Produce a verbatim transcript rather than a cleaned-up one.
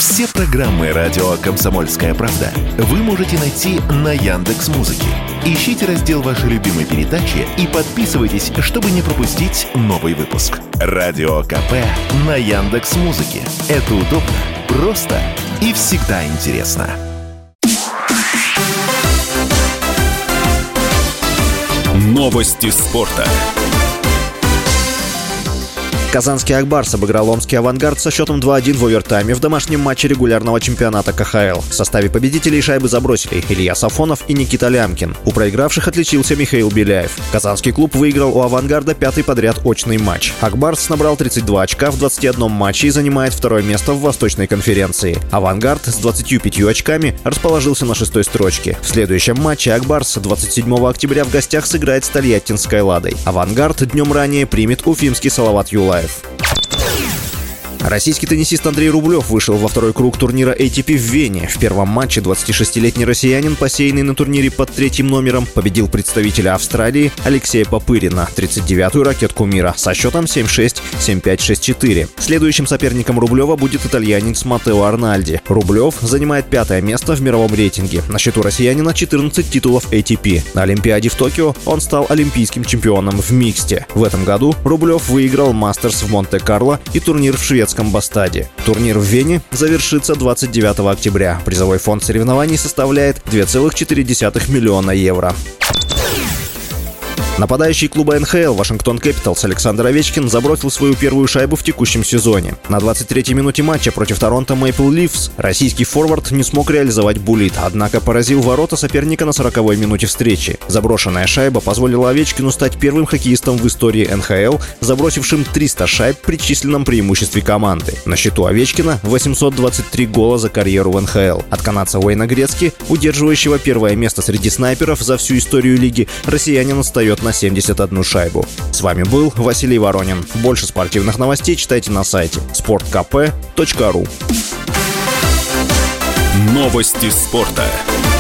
Все программы радио «Комсомольская правда» вы можете найти на Яндекс.Музыке. Ищите раздел вашей любимой передачи и подписывайтесь, чтобы не пропустить новый выпуск. Радио КП на Яндекс.Музыке. Это удобно, просто и всегда интересно. Новости спорта. Казанский «Ак-Барс» обыграл омский «Авангард» со счетом два-один в овертайме в домашнем матче регулярного чемпионата ка ха эл. В составе победителей шайбы забросили Илья Сафонов и Никита Лямкин. У проигравших отличился Михаил Беляев. Казанский клуб выиграл у «Авангарда» пятый подряд очный матч. «Ак-Барс» набрал тридцать два очка в двадцати одном матче и занимает второе место в Восточной конференции. «Авангард» с двадцатью пятью очками расположился на шестой строчке. В следующем матче «Ак-Барс» двадцать седьмого октября в гостях сыграет с Тольяттинской «Ладой». «Авангард» днем ранее примет уфимский «Салават Юлаев». Российский теннисист Андрей Рублев вышел во второй круг турнира эй ти пи в Вене. В первом матче двадцатишестилетний россиянин, посеянный на турнире под третьим номером, победил представителя Австралии Алексея Попырина, тридцать девятую ракетку мира, со счетом семь-шесть, семь-пять, шесть-четыре. Следующим соперником Рублева будет итальянец Маттео Арнальди. Рублев занимает пятое место в мировом рейтинге. На счету россиянина четырнадцать титулов эй ти пи. На Олимпиаде в Токио он стал олимпийским чемпионом в миксте. В этом году Рублев выиграл Мастерс в Монте-Карло и турнир в шведском Бастаде. Турнир в Вене завершится двадцать девятого октября. Призовой фонд соревнований составляет два целых четыре десятых миллиона евро. Нападающий клуба эн ха эл Вашингтон Кэпиталс Александр Овечкин забросил свою первую шайбу в текущем сезоне. На двадцать третьей минуте матча против Торонто Мэйпл Ливс российский форвард не смог реализовать буллит, однако поразил ворота соперника на сороковой минуте встречи. Заброшенная шайба позволила Овечкину стать первым хоккеистом в истории эн ха эл, забросившим триста шайб при численном преимуществе команды. На счету Овечкина восемьсот двадцать три гола за карьеру в эн ха эл. От канадца Уэйна Грецки, удерживающего первое место среди снайперов за всю историю лиги, россиянин отстает на семьдесят одну шайбу. С вами был Василий Воронин. Больше спортивных новостей читайте на сайте спорт ка пэ точка ру. Новости спорта.